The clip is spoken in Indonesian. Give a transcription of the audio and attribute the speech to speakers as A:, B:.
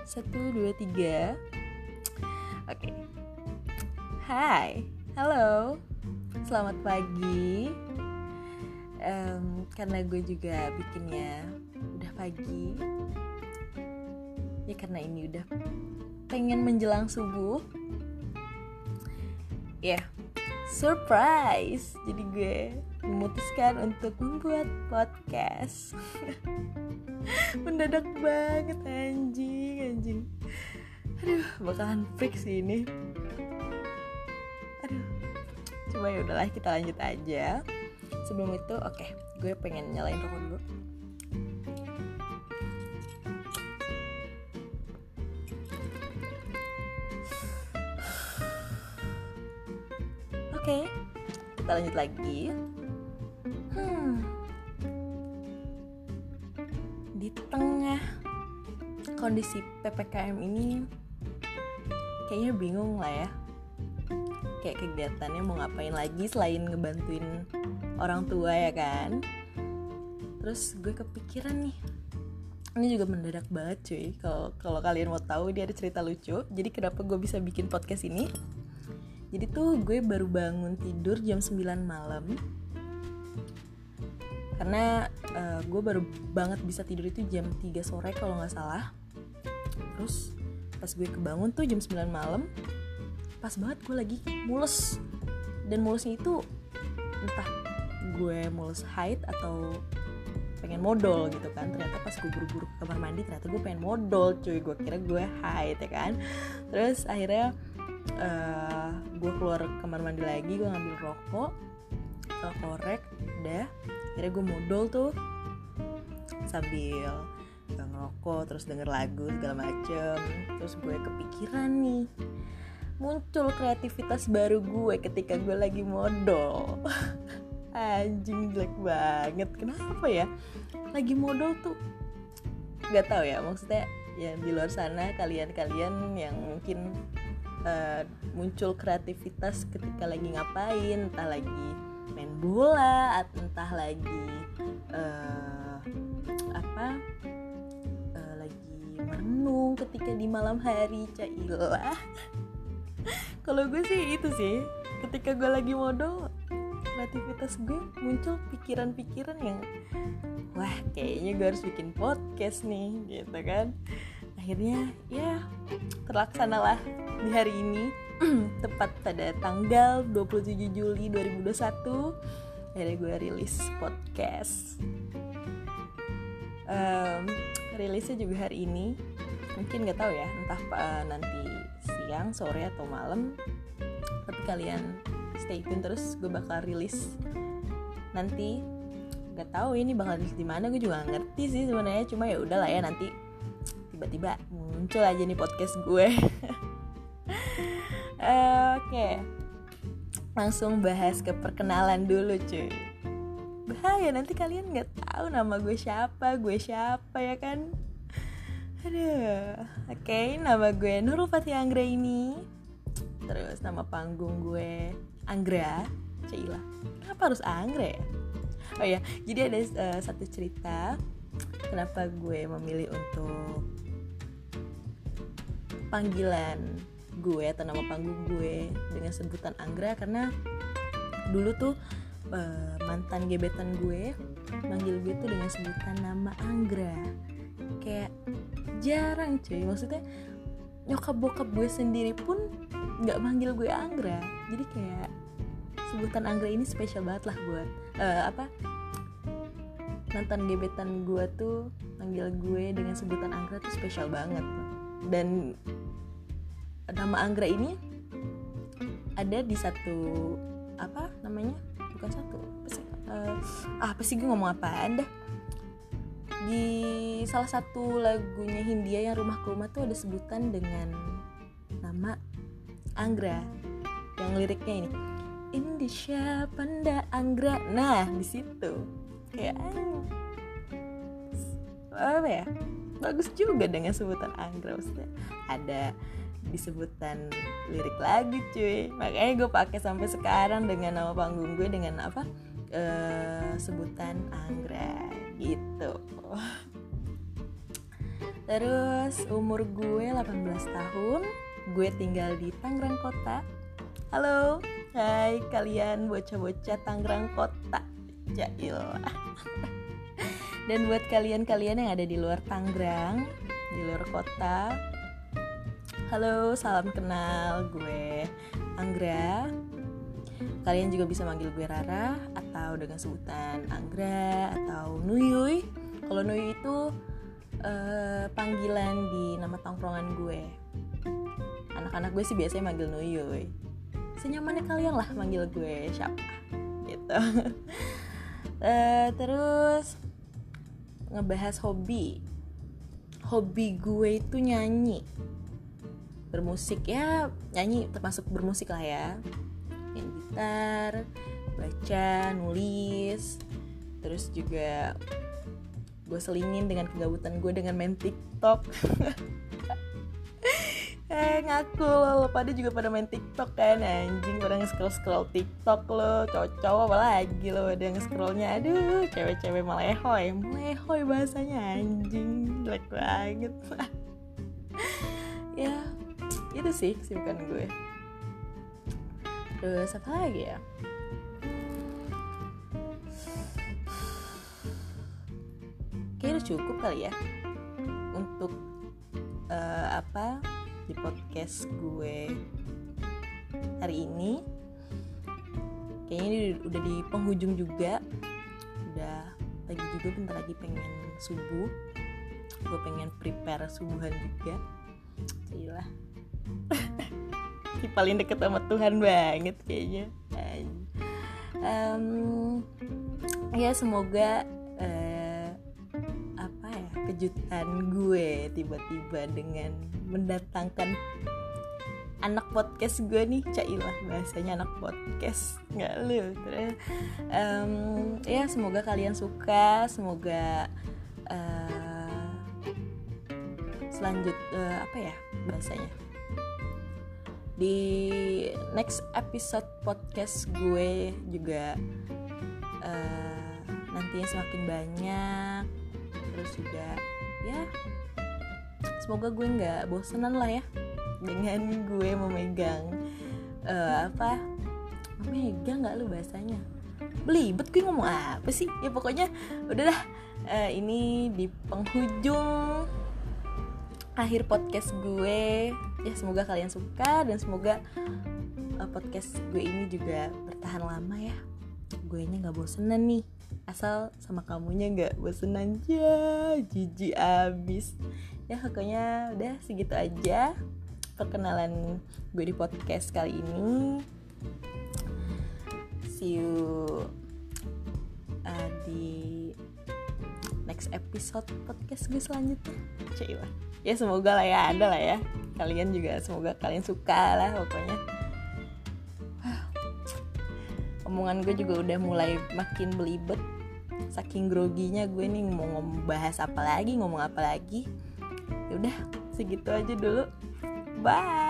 A: 1, 2, 3. Oke. Hai, halo. Selamat pagi. Karena gue juga bikinnya udah pagi. Ya karena ini udah pengen menjelang subuh. Ya, surprise. Jadi gue memutuskan untuk membuat podcast. Mendadak banget anjing. Aduh, bakalan freak sih ini. Aduh. Coba ya udahlah, kita lanjut aja. Sebelum itu, oke, gue pengen nyalain rokok dulu. Oke, kita lanjut lagi. Di tengah kondisi PPKM ini kayaknya bingung lah ya. Kayak kegiatannya mau ngapain lagi selain ngebantuin orang tua ya kan. Terus gue kepikiran nih, ini juga mendadak banget cuy. Kalau kalian mau tahu, dia ada cerita lucu. Jadi kenapa gue bisa bikin podcast ini? Jadi tuh gue baru bangun tidur jam 9 malam. Karena gue baru banget bisa tidur itu jam 3 sore kalau gak salah. Terus pas gue kebangun tuh jam 9 malam, pas banget gue lagi mules. Dan mulesnya itu entah gue mules haid atau pengen modal gitu kan. Ternyata pas gue buru-buru ke kamar mandi, ternyata gue pengen modal cuy. Gue kira gue haid ya kan. Terus akhirnya gue keluar kamar mandi lagi, gue ngambil rokok, korek, udah. Akhirnya gue modal tuh sambil ngerokok, terus denger lagu segala macem. Terus gue kepikiran nih, muncul kreativitas baru gue ketika gue lagi modal. Anjing, jelek banget. Kenapa ya? Lagi modal tuh gak tahu ya, maksudnya ya di luar sana kalian yang mungkin muncul kreativitas ketika lagi ngapain, entah lagi main bola, entah lagi lagi merenung ketika di malam hari, cailah. Kalau gue sih itu sih, ketika gue lagi modal, kreativitas gue muncul pikiran-pikiran yang wah, kayaknya gue harus bikin podcast nih, gitu kan. Akhirnya ya terlaksanalah di hari ini. Tepat pada tanggal 27 Juli 2021 akhirnya gue rilis podcast. Rilisnya juga hari ini. Mungkin gak tahu ya, entah nanti siang, sore atau malam. Tapi kalian stay tune terus, gue bakal rilis nanti. Gak tahu ini bakal rilis di mana, gue juga gak ngerti sih sebenarnya. Cuma ya udahlah ya, nanti tiba-tiba muncul aja nih podcast gue. Oke. Langsung bahas ke perkenalan dulu cuy. Bahaya nanti kalian gak tahu nama gue siapa ya kan. Aduh. Oke, nama gue Nurul Fathia Anggra ini. Terus nama panggung gue Anggra, cailah. Kenapa harus Anggra ya? Oh ya, jadi ada satu cerita kenapa gue memilih untuk panggilan gue atau nama panggung gue dengan sebutan Anggra. Karena dulu tuh mantan gebetan gue manggil gue tuh dengan sebutan nama Anggra. Kayak jarang cuy, maksudnya nyokap bokap gue sendiri pun gak manggil gue Anggra. Jadi kayak sebutan Anggra ini spesial banget lah buat mantan gebetan gue tuh manggil gue dengan sebutan Anggra tuh spesial banget. Dan nama Anggra ini ada di satu apa sih gue ngomong apaan dah. Di salah satu lagunya Hindia yang Rumah ke Rumah tuh ada sebutan dengan nama Anggra. Yang liriknya ini, Indisha Panda Anggra. Nah, di situ kayak apa ya? Bagus juga dengan sebutan Anggra. Maksudnya ada disebutan lirik lagu cuy. Makanya gue pakai sampai sekarang dengan nama panggung gue dengan sebutan Anggra gitu. Terus umur gue 18 tahun. Gue tinggal di Tangerang Kota. Halo, hai kalian bocah-bocah Tangerang Kota. Jail. Dan buat kalian-kalian yang ada di luar Tangerang, di luar kota, halo, salam kenal, gue Anggra. Kalian juga bisa manggil gue Rara atau dengan sebutan Anggra atau Nuyuy. Kalau Nuyuy itu panggilan di nama tongkrongan gue. Anak-anak gue sih biasanya manggil Nuyuy. Senyamannya kalian lah manggil gue siapa gitu. Terus ngebahas hobi gue itu nyanyi, bermusik ya, nyanyi termasuk bermusik lah ya, main gitar, baca, nulis. Terus juga gue selingin dengan kegabutan gue dengan main TikTok. Ngaku lo pada juga pada main TikTok kan, anjing, pada nge-scroll TikTok lo, cowok-cowok apalagi lo ada nge-scrollnya, aduh, cewek-cewek malehoy bahasanya, anjing, jelek banget. Ya, itu sih kesibukan gue. Terus apa lagi ya? Kayaknya udah cukup kali ya untuk di podcast gue hari ini. Kayaknya ini udah di penghujung juga. Udah lagi juga bentar lagi pengen subuh. Gue pengen prepare subuhan juga. Gila. Paling deket sama Tuhan banget kayaknya. Ya semoga kejutan gue tiba-tiba dengan mendatangkan anak podcast gue nih, cailah bahasanya anak podcast nggak lu. Terus ya semoga kalian suka, semoga bahasanya di next episode podcast gue juga nantinya semakin banyak. Terus juga ya semoga gue nggak bosenan lah ya dengan gue memegang memegang nggak lu bahasanya, belibet gue ngomong apa sih ya, pokoknya udah dah. Ini di penghujung akhir podcast gue ya, semoga kalian suka dan semoga podcast gue ini juga bertahan lama ya, gue nya nggak bosenan nih, asal sama kamunya nggak bosenan aja, jijik abis ya. Pokoknya udah segitu aja perkenalan gue di podcast kali ini. See you di next episode podcast gue selanjutnya. Cailah ya, semoga lah ya, ada lah ya, kalian juga semoga kalian suka lah pokoknya. Omongan gue juga udah mulai makin belibet, saking groginya gue nih, mau ngomong apa lagi. Ya udah segitu aja dulu, bye.